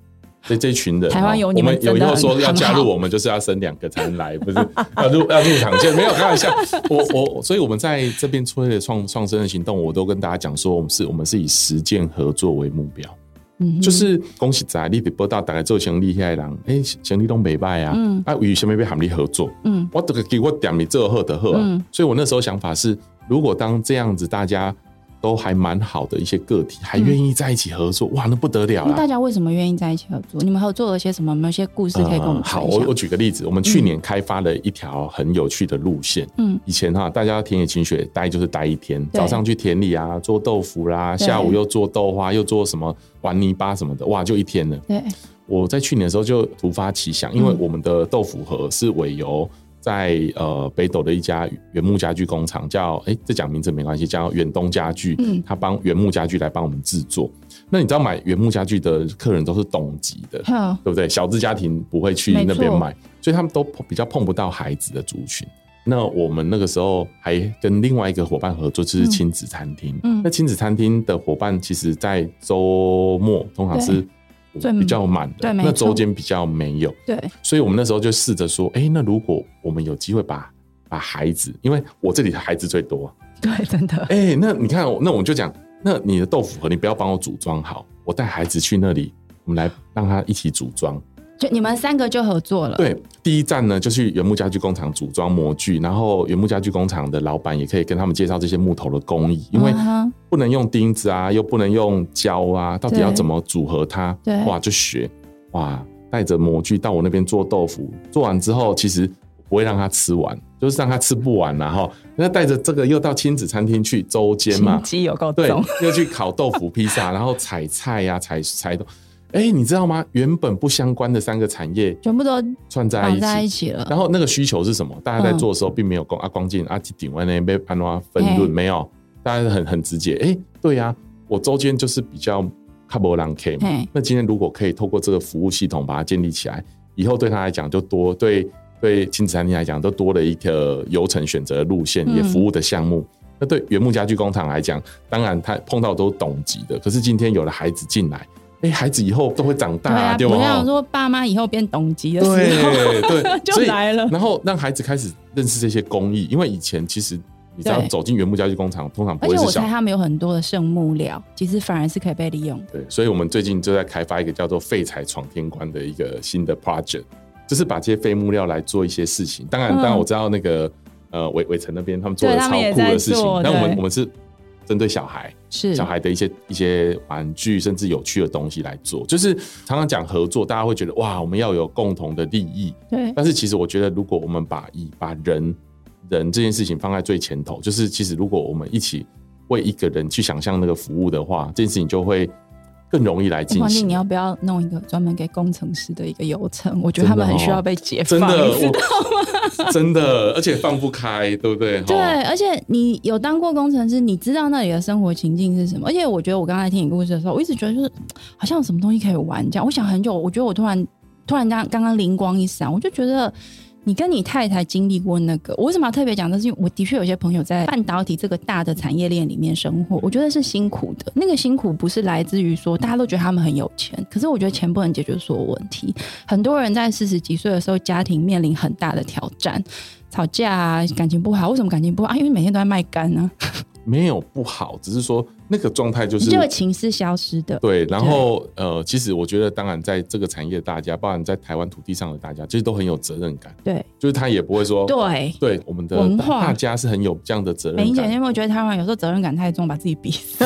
这这一群人， 台湾有你们，我们有以后说要加入，我们就是要生两个才能来，不是要入要入场券，没有开玩笑。我我，所以我们在这边推的创创生的行动，我都跟大家讲说，我们是我们是以实践合作为目标。嗯、就是恭喜在你报道大概做生意那些人，哎、欸，生意都没败啊，嗯、啊，为什么要和你合作？嗯，我这个给我点你做好的好啊、嗯，所以我那时候想法是，如果当这样子大家都还蛮好的一些个体，还愿意在一起合作，嗯、哇，那不得了啦！ 那大家为什么愿意在一起合作？你们合作了些什么？有没有些故事可以跟我们分享？ 呃、好，我我举个例子，我们去年开发了一条很有趣的路线。嗯，以前哈，大家田野勤学待就是待一天，早上去田里啊做豆腐啦，下午又做豆花，又做什么玩泥巴什么的，哇，就一天了。对，我在去年的时候就突发奇想，因为我们的豆腐盒是委由在呃北斗的一家原木家具工厂，叫哎、欸，这讲名字没关系，叫远东家具，嗯，他帮原木家具来帮我们制作。那你知道买原木家具的客人都是懂级的，对不对？小资家庭不会去那边买，所以他们都比较碰不到孩子的族群。那我们那个时候还跟另外一个伙伴合作，就是亲子餐厅。嗯，那亲子餐厅的伙伴，其实在周末通常是比较满的，那周间比较没有。对，所以我们那时候就试着说，哎、欸，那如果我们有机会把把孩子，因为我这里的孩子最多， 对，真的。 哎、欸，那你看，那我们就讲，那你的豆腐盒，你不要帮我组装好，我带孩子去那里，我们来让他一起组装。 就你们三个就合作了。 对，第一站呢就去原木家具工厂组装模具，然后原木家具工厂的老板也可以跟他们介绍这些木头的工艺，因为不能用钉子啊，又不能用胶啊，到底要怎么组合它？对，哇，就学哇，带着模具到我那边做豆腐，做完之后其实不会让他吃完，就是让他吃不完，然后那带着这个又到亲子餐厅去周间嘛， 心机有够重， 对，又去烤豆腐披萨，然后采菜呀、啊，采采豆。哎、欸，你知道吗？原本不相关的三个产业全部都串在一起， 在一起了。 然后那个需求是什么？大家在做的时候并没有光、嗯、啊光进啊顶外那被潘多分论、欸、没有，大家很很直接。哎、欸，对呀、啊，我周间就是比较卡不浪 K 嘛。那今天如果可以透过这个服务系统把它建立起来，以后对他来讲就多，对对亲子餐厅来讲都多了一个游程选择的路线，也服务的项目。嗯、那对原木家具工厂来讲，当然他碰到都懂级的，可是今天有了孩子进来。哎、欸，孩子以后都会长大、啊，对吧？ 我想说，爸妈以后变懂级的时候， 对对， 就来了。 然后让孩子开始认识这些工艺，因为以前其实你知道走进原木家具工厂，通常不会是小。 而且我猜他们有很多的剩木料，其实反而是可以被利用的。 对，所以我们最近就在开发一个叫做“废材闯天关”的一个新的 project， 就是把这些废木料来做一些事情。当然，嗯、当然我知道那个呃伟伟成那边他们做的超酷的事情，但我们我们是。针对小孩，是小孩的一些一些玩具，甚至有趣的东西来做，就是常常讲合作，大家会觉得哇，我们要有共同的利益。对，但是其实我觉得，如果我们把以把人人这件事情放在最前头，就是其实如果我们一起为一个人去想象那个服务的话，这件事情就会更容易来进行。 黄弟，你要不要弄一个专门给工程师的一个流程？我觉得他们很需要被解放， 真的， 你知道吗？ 真的，而且放不开，对不对？ 对，而且你有当过工程师，你知道那里的生活情境是什么。而且我觉得我刚才听你故事的时候，我一直觉得就是好像有什么东西可以玩这样。我想很久，我觉得我突然突然刚刚刚灵光一闪，我就觉得。你跟你太太经历过那个，我为什么要特别讲？这是因为我的确有些朋友在半导体这个大的产业链里面生活，我觉得是辛苦的。那个辛苦不是来自于说大家都觉得他们很有钱，可是我觉得钱不能解决所有问题。很多人在四十几岁的时候，家庭面临很大的挑战，吵架啊，感情不好。为什么感情不好啊？因为每天都在卖干啊。 没有不好，只是说那个状态就是这个情是消失的。 对，然后呃，其实我觉得，当然在这个产业，大家，包含在台湾土地上的大家，其实都很有责任感。对，就是他也不会说，对对，我们的文化大家是很有这样的责任感。 明显，你有没有觉得台湾有时候责任感太重，把自己逼死？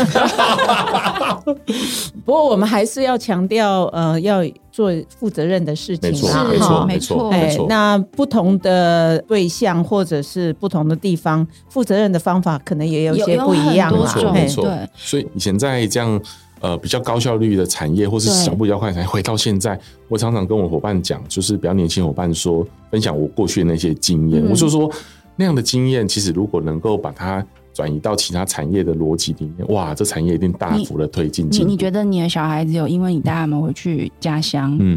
不过我们还是要强调，呃，要做负责任的事情。 没错，没错，没错，没错。 那不同的对象或者是不同的地方，负责任的方法可能也有一些不一样啦。没错，没错。所以以前在这样呃比较高效率的产业，或是小步比较快的产业，回到现在，我常常跟我伙伴讲，就是比较年轻伙伴说，分享我过去的那些经验。嗯、我就说那样的经验，其实如果能够把它转移到其他产业的逻辑里面，哇，这产业一定大幅的推进进步。 你你觉得你的小孩子有因为你带他们回去家乡，嗯，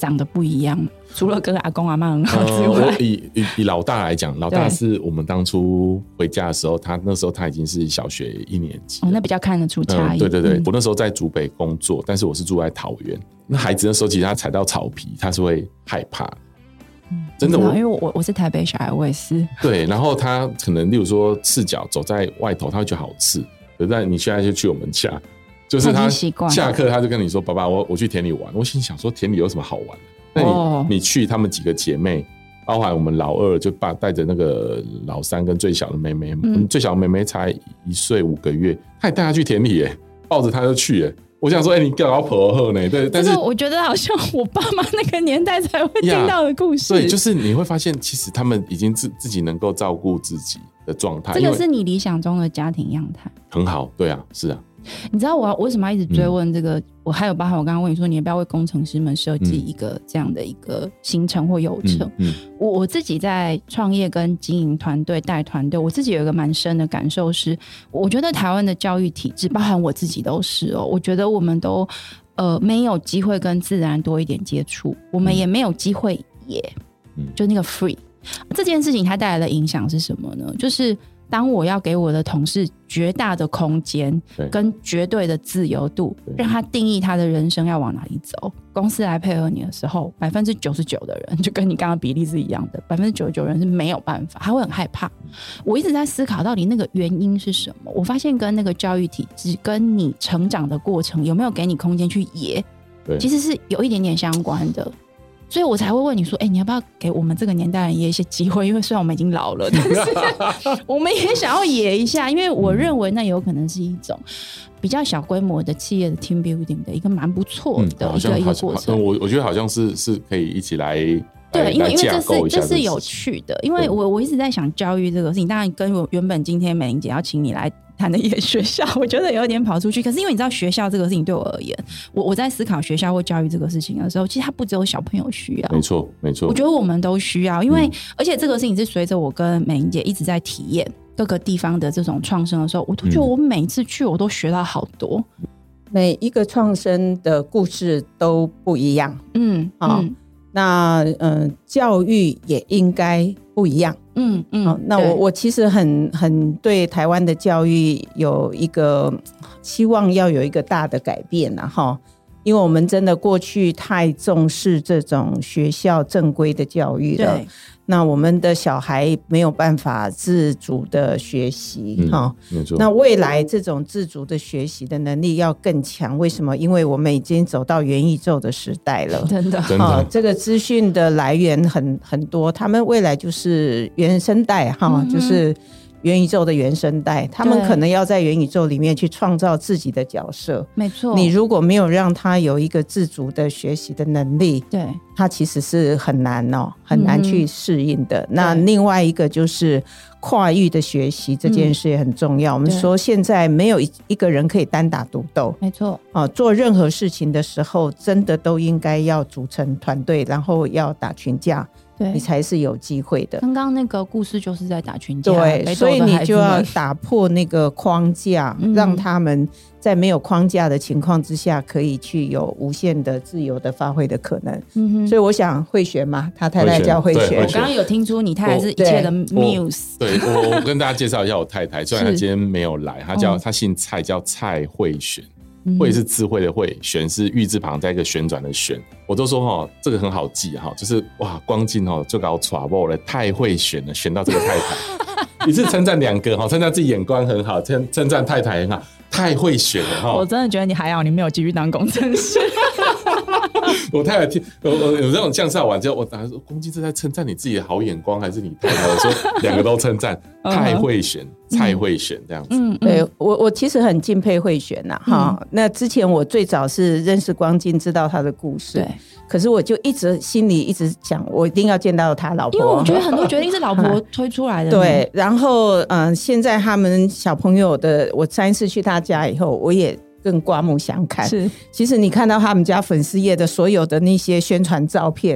长得不一样？除了跟阿公阿嬷很好之外， 呃、以, 以, 以老大来讲，老大是我们当初回家的时候，他那时候他已经是小学一年级， 哦，那比较看得出差异。 嗯、对对对、 嗯， 我那时候在竹北工作，但是我是住在桃园。那孩子那时候其实他踩到草皮，他是会害怕。 嗯、 真的我， 因为我我是台北小孩，我也是。 对，然后他可能例如说赤脚走在外头，他会觉得好刺。可是你现在就去我们家，就是他下课他就跟你说：“爸爸，我我去田里玩。”我心想说：“田里有什么好玩的？”那你、哦、你去他们几个姐妹，包含我们老二，就爸带着那个老三跟最小的妹妹，嗯、最小的妹妹才一岁五个月，他也带她去田里耶，抱着她就去耶。我想说，哎、欸，你干嘛婆喝呢？对，但是我觉得好像我爸妈那个年代才会听到的故事。 对，就是你会发现，其实他们已经自自己能够照顾自己的状态。 这个是你理想中的家庭样态， 很好。对啊，是啊。 你知道我为什么要一直追问这个、嗯、我还有包含我刚刚问你说你要不要为工程师们设计一个这样的一个行程或流程、嗯嗯、我, 我自己在创业跟经营团队带团队，我自己有一个蛮深的感受是，我觉得台湾的教育体制包含我自己都是哦，我觉得我们都呃没有机会跟自然多一点接触，我们也没有机会也、嗯、就那个 free 这件事情它带来的影响是什么呢？就是当我要给我的同事绝大的空间跟绝对的自由度，让他定义他的人生要往哪里走，公司来配合你的时候，百分之九十九的人就跟你刚刚比例是一样的，百分之九十九人是没有办法，他会很害怕。我一直在思考到底那个原因是什么，我发现跟那个教育体制跟你成长的过程有没有给你空间去野，其实是有一点点相关的。所以我才会问你说，哎、欸，你要不要给我们这个年代人也一些机会？因为虽然我们已经老了，但是我们也想要野一下。因为我认为那有可能是一种比较小规模的企业的 team building 的一个蛮不错的一个、嗯、一个过程。 我我觉得好像是是可以一起来。 对，因为因为这是这是有趣的，因为我我一直在想教育这个事情，当然跟我原本今天美玲姐要请你来谈的一个学校，我觉得有点跑出去。可是因为你知道学校这个事情对我而言，我我在思考学校或教育这个事情的时候，其实它不只有小朋友需要， 没错没错， 我觉得我们都需要，因为、嗯、而且这个事情是随着我跟美玲姐一直在体验各个地方的这种创生的时候，我都觉得我每一次去我都学到好多， 嗯、每一个创生的故事都不一样，嗯好。嗯那呃，教育也应该不一样，嗯嗯、哦。那我我其实很很对台湾的教育有一个希望，要有一个大的改变啊哈，因为我们真的过去太重视这种学校正规的教育了。那我们的小孩没有办法自主的学习、嗯哦、没错。那未来这种自主的学习的能力要更强，为什么？因为我们已经走到元宇宙的时代了， 真的、 哦、这个资讯的来源很很多，他们未来就是原生代、哦嗯、就是元宇宙的原生代，他们可能要在元宇宙里面去创造自己的角色。 没错， 你如果没有让他有一个自主的学习的能力， 对，他其实是很难哦，很难去适应的、嗯、那另外一个就是跨域的学习，这件事也很重要、嗯、我们说现在没有一个人可以单打独斗， 没错、 哦、做任何事情的时候真的都应该要组成团队，然后要打群架，你才是有机会的。 刚刚那个故事就是在打群架， 对，所以你就要打破那个框架、嗯、让他们在没有框架的情况之下可以去有无限的自由的发挥的可能、嗯、所以我想慧璇嘛，他太太叫慧璇， 我刚刚有听出你太太是一切的 muse。 对，我, 我, 我跟大家介绍一下我太太，虽然她今天没有来，她叫、哦、她姓蔡，叫蔡慧璇，慧是智慧的慧，璇是玉字旁在一个旋转的旋。我都说齁这个很好记齁，就是哇光进齁就搞耍爆了，太会选了，选到这个太太一次称赞两个齁，称赞自己眼光很好，称称赞太太很好，太会选了齁。 我真的觉得你还好，你没有继续当工程师。 我太太听我我有这种降下完之后，我打说公鸡是在称赞你自己的好眼光，还是你太太？我说两个都称赞，太会选，太会选这样子。嗯， 对我我其实很敬佩慧璇呐哈。嗯、那之前我最早是认识光进，知道他的故事，对。可是我就一直心里一直想，我一定要见到他老婆， 因为我觉得很多决定是老婆推出来的。 对，然后嗯、呃，现在他们小朋友的，我上一次去他家以后，我也更刮目相看。是，其实你看到他们家粉丝页的所有的那些宣传照片，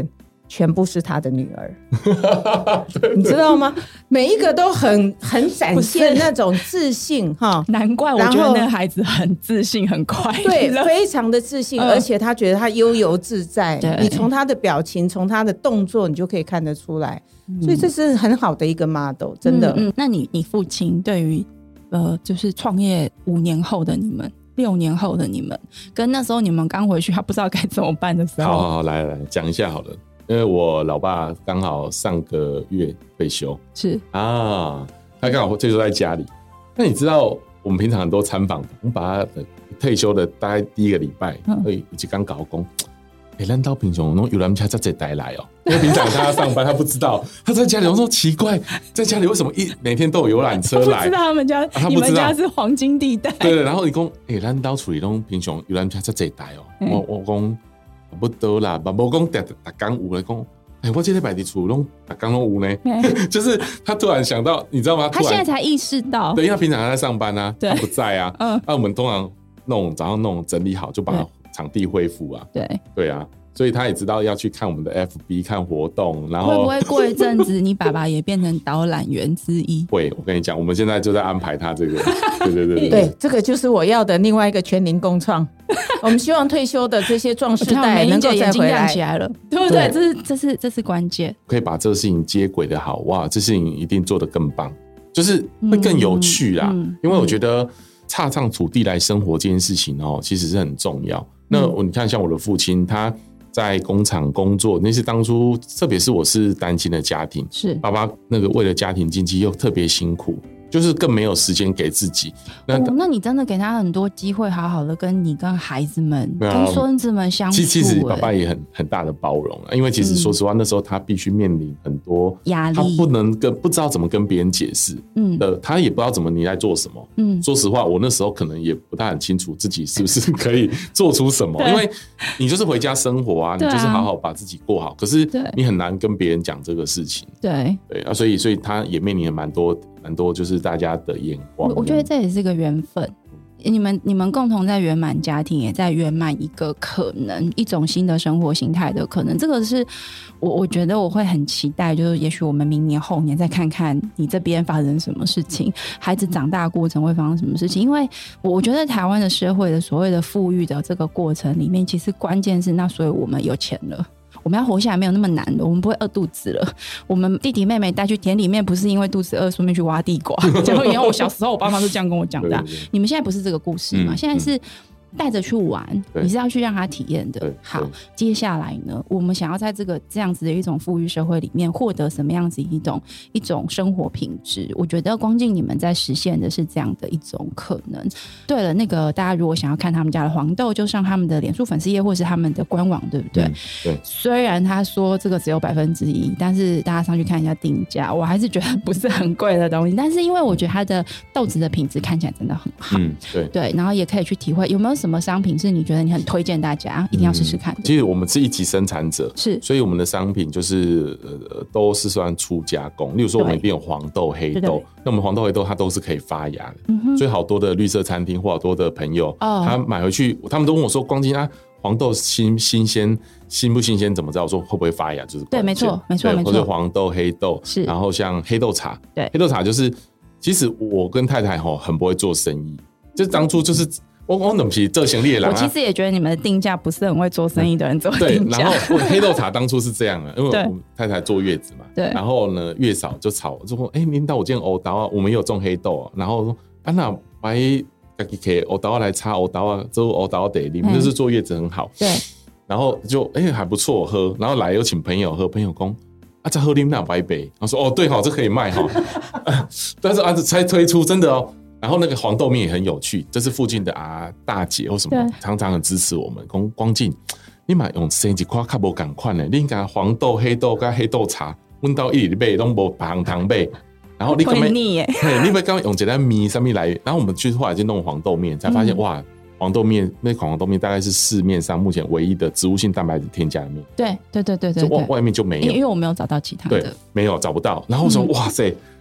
全部是他的女儿你知道吗？每一个都很很展现那种自信哈， 难怪我觉得那个孩子很自信很快乐， 对，非常的自信、嗯、而且他觉得他悠游自在，你从他的表情从他的动作你就可以看得出来、嗯、所以这是很好的一个 model 真的、嗯嗯、 那你你父亲对于呃，就是创业五年后的你们六年后的你们跟那时候你们刚回去他不知道该怎么办的时候， 好好好，来来讲一下好了。因为我老爸刚好上个月退休，是啊，他刚好退休在家里。那你知道我们平常很多参访的，我们把他的退休的大概第一个礼拜，会有几刚搞工，哎，咱到平常弄有人家在这带来哦，因为平常他要上班，他不知道他在家里。我说奇怪，在家里为什么一每天都有游览车来？ 不知道他们家，啊、他你们家是黄金地带。 对，然后你讲，哎，咱到处理弄平常有人家在这带哦，我我讲。不多啦，无讲逐逐工有来讲，哎，我这礼拜伫厝拢逐工拢有呢，就是他突然想到，你知道吗？ 他现在才意识到， 对，因为他平常还在上班啊，他不在啊，嗯，那、啊、我们通常弄早上弄整理好，就把场地恢复啊，对，对啊。所以他也知道要去看我们的 F B 看活动，然后会不会过一阵子你爸爸也变成导览员之一？ 会，我跟你讲，我们现在就在安排他这个，对对对 对, 对，这个就是我要的另外一个全龄共创。我们希望退休的这些壮世代能够再回来， 起来了，对不对？这是这是这是关键， 可以把这个事情接轨的好，哇，这事情一定做得更棒，就是会更有趣啦。嗯嗯、因为我觉得踏上土地来生活这件事情哦，其实是很重要。那我你看，像我的父亲，他在工厂工作，那是当初，特别是我是单亲的家庭，是爸爸那个为了家庭经济又特别辛苦，就是更没有时间给自己。那、 哦、那你真的给他很多机会，好好的跟你跟孩子们、啊、跟孙子们相处。 其实爸爸也很很大的包容，因为其实说实话、嗯，那时候他必须面临很多压力， 他不能跟不知道怎么跟别人解释，嗯的，他也不知道怎么你在做什么。嗯，说实话，我那时候可能也不太很清楚自己是不是可以做出什么，因为你就是回家生活啊，你就是好好把自己过好。可是你很难跟别人讲这个事情。对对啊，所以所以他也面临了蛮多。蛮多就是大家的眼光， 我觉得这也是个缘分。你们你们共同在圆满家庭，也在圆满一个可能一种新的生活形态的可能。这个是我我觉得我会很期待，就是也许我们明年后年再看看你这边发生什么事情，孩子长大过程会发生什么事情。因为我觉得台湾的社会的所谓的富裕的这个过程里面，其实关键是那所以我们有钱了。我们要活下来没有那么难的，我们不会饿肚子了。我们弟弟妹妹带去田里面，不是因为肚子饿顺便去挖地瓜。结果以后我小时候，我爸妈是这样跟我讲的、啊。对对对，你们现在不是这个故事嘛？嗯、现在是带着去玩，你是要去让他体验的。好，接下来呢，我们想要在这个这样子的一种富裕社会里面获得什么样子一种一种生活品质？我觉得光进你们在实现的是这样的一种可能。对了，那个大家如果想要看他们家的黄豆，就上他们的脸书粉丝页或是他们的官网，对不对？嗯、对。虽然他说这个只有百分之一，但是大家上去看一下定价，我还是觉得不是很贵的东西。但是因为我觉得它的豆子的品质看起来真的很好，嗯，对对，然后也可以去体会有没有什么商品是你觉得你很推荐大家一定要试试看的、嗯、 其实我们是一级生产者，是，所以我们的商品就是呃都是算初加工。例如说我们一定有黄豆黑豆，那我们黄豆黑豆它都是可以发芽的、嗯、所以好多的绿色餐厅或好多的朋友、哦、他买回去他们都问我说光金啊黄豆新新鲜新不新鲜怎么知道？我说会不会发芽就是对，没错没错没错， 或者黄豆黑豆是，然后像黑豆茶，对，黑豆茶就是其实我跟太太吼很不会做生意，就是当初就是我我怎么是这行列啦？ 我其实也觉得你们的定价不是很会做生意的人做定价。 对，然后黑豆茶当初是这样的，因为我太太坐月子嘛，对，然后呢月嫂就吵，就说：“哎、欸，领导，我今天欧刀啊，我们也有种黑豆啊。”然后说：“啊，那白自己给欧刀来插欧刀啊，之后欧刀得，你们就是坐月子很好。”对，然后就哎、欸、还不错喝，然后来有请朋友喝，朋友说：“啊，这喝你们俩白杯。”然后说：“哦，对哈，这可以卖哈。”但是啊，才推出真的哦。然后那个黄豆面也很有趣，这是附近的啊大姐或什么常常很支持我们。光光进，你买用生一块较无同款的，你应该黄豆、黑豆跟黑豆茶，温到一里买都无白行糖买。然后你干嘛？你们刚用简单米上面来，然后我们去后来就弄黄豆面，才发现、嗯、哇，黄豆面那款黄豆面大概是市面上目前唯一的植物性蛋白质添加的面。 对对对对对， 外外面就没有， 因为我没有找到其他的， 对，没有找不到。然后我说、嗯、哇塞。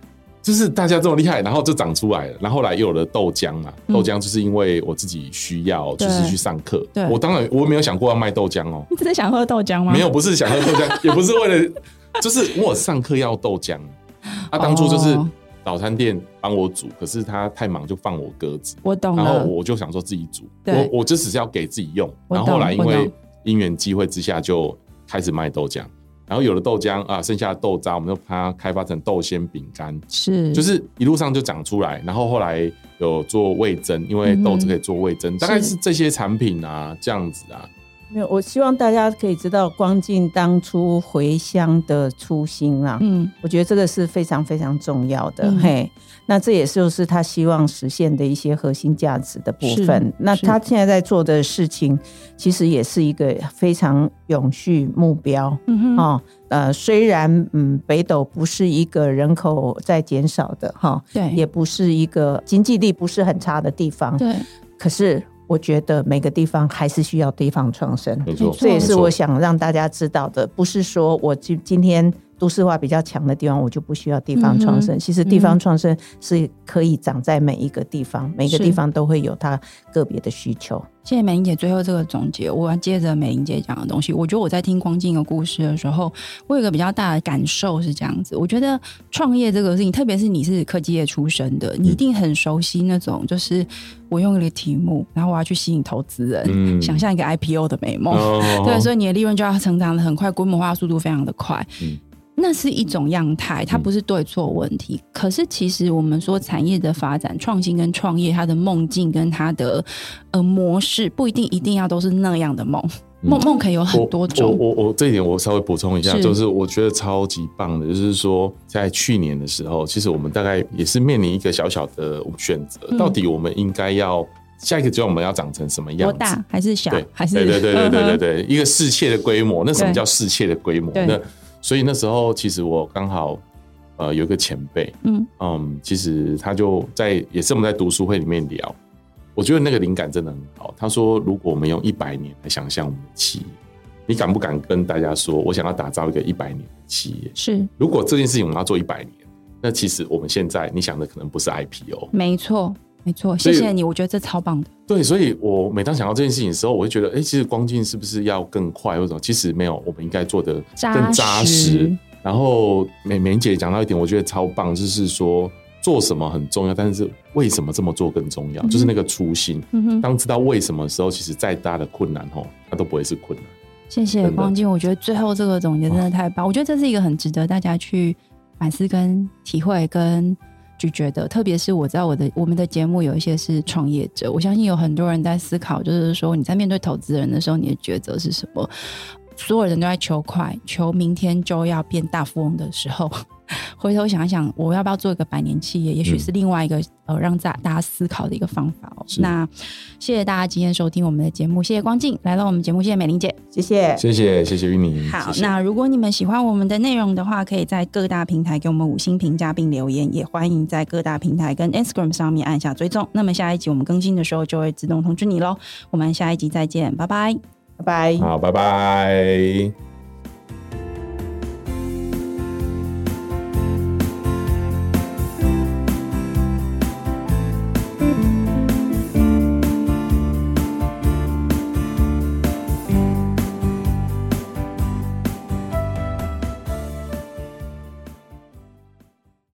就是大家这么厉害，然后就长出来了，然后后来又有了豆浆嘛，嗯、豆浆就是因为我自己需要，就是去上课。对，我当然我没有想过要卖豆浆哦。 你只是想喝豆浆吗？ 没有，不是想喝豆浆，也不是为了，就是我上课要豆浆。他、啊、当初就是早餐店帮我煮，可是他太忙就放我鸽子。 我懂了。 然后我就想说自己煮，我我就只是要给自己用。然后后来因为因缘机会之下，就开始卖豆浆。然后有了豆浆啊，剩下的豆渣，我们就把它开发成豆鲜饼干， 是， 就是一路上就长出来。然后后来有做味噌，因为豆子可以做味噌，嗯、大概是这些产品啊，这样子啊。 没有，我希望大家可以知道光进当初茴香的初心啦。嗯，我觉得这个是非常非常重要的。嗯、嘿，那这也就是他希望实现的一些核心价值的部分。那他现在在做的事情，其实也是一个非常永续目标。嗯哼，哦，呃，虽然嗯北斗不是一个人口在减少的哈，对，也不是一个经济力不是很差的地方，对，可是。我觉得每个地方还是需要地方创生， 没错， 这也是我想让大家知道的，不是说我今天都市化比较强的地方我就不需要地方创生、嗯、其实地方创生是可以长在每一个地方、嗯、每个地方都会有它个别的需求。 谢谢美玲姐最后这个总结，我要接着美玲姐讲的东西，我觉得我在听光进的故事的时候，我有一个比较大的感受是这样子，我觉得创业这个事情，特别是你是科技业出身的，你一定很熟悉那种就是我用一个题目然后我要去吸引投资人、嗯、想象一个 I P O 的美梦、哦、对，所以你的利润就要成长的很快，规模化速度非常的快、嗯，那是一种样态，它不是对错问题、嗯、可是其实我们说产业的发展创新跟创业，它的梦境跟它的呃模式不一定一定要都是那样的梦，梦梦可以有很多种。 我我我这一点我稍微补充一下，是就是我觉得超级棒的，就是说在去年的时候，其实我们大概也是面临一个小小的选择、嗯、到底我们应该要下一个阶段我们要长成什么样子， 多大还是小，还是对对对对对对对一个世界的规模。那什么叫世界的规模？那所以那时候其实我刚好呃有一个前辈，嗯嗯，其实他就在也是我们在读书会里面聊，我觉得那个灵感真的很好。他说，如果我们用一百年来想象我们的企业，你敢不敢跟大家说，我想要打造一个一百年的企业？ 是， 如果这件事情我们要做一百年，那其实我们现在你想的可能不是 I P O。 没错。没错，谢谢你，我觉得这超棒的。 对，所以我每当想到这件事情的时候，我会觉得，哎、欸，其实光进是不是要更快或者什么？其实没有，我们应该做得更扎实。然后美美姐讲到一点，我觉得超棒，就是说做什么很重要，但是为什么这么做更重要？嗯、就是那个初心。嗯、当知道为什么的时候，其实再大的困难吼，它都不会是困难。 谢谢光进，我觉得最后这个总结真的太棒，我觉得这是一个很值得大家去反思、跟体会、跟。咀嚼的，特别是我知道我的我们的节目有一些是创业者，我相信有很多人在思考，就是说你在面对投资人的时候，你的抉择是什么？所有人都在求快，求明天就要变大富翁的时候，回头想一想，我要不要做一个百年企业？也许是另外一个、嗯、呃让大家思考的一个方法哦。那谢谢大家今天收听我们的节目，谢谢光进来到我们节目，谢谢美玲姐， 谢谢， 谢谢，谢谢玉妮。 好， 谢谢。 那如果你们喜欢我们的内容的话，可以在各大平台给我们五星评价并留言，也欢迎在各大平台跟 Instagram 上面按下追踪。那么下一集我们更新的时候就会自动通知你咯。我们下一集再见，拜拜。 拜拜， 好，拜拜。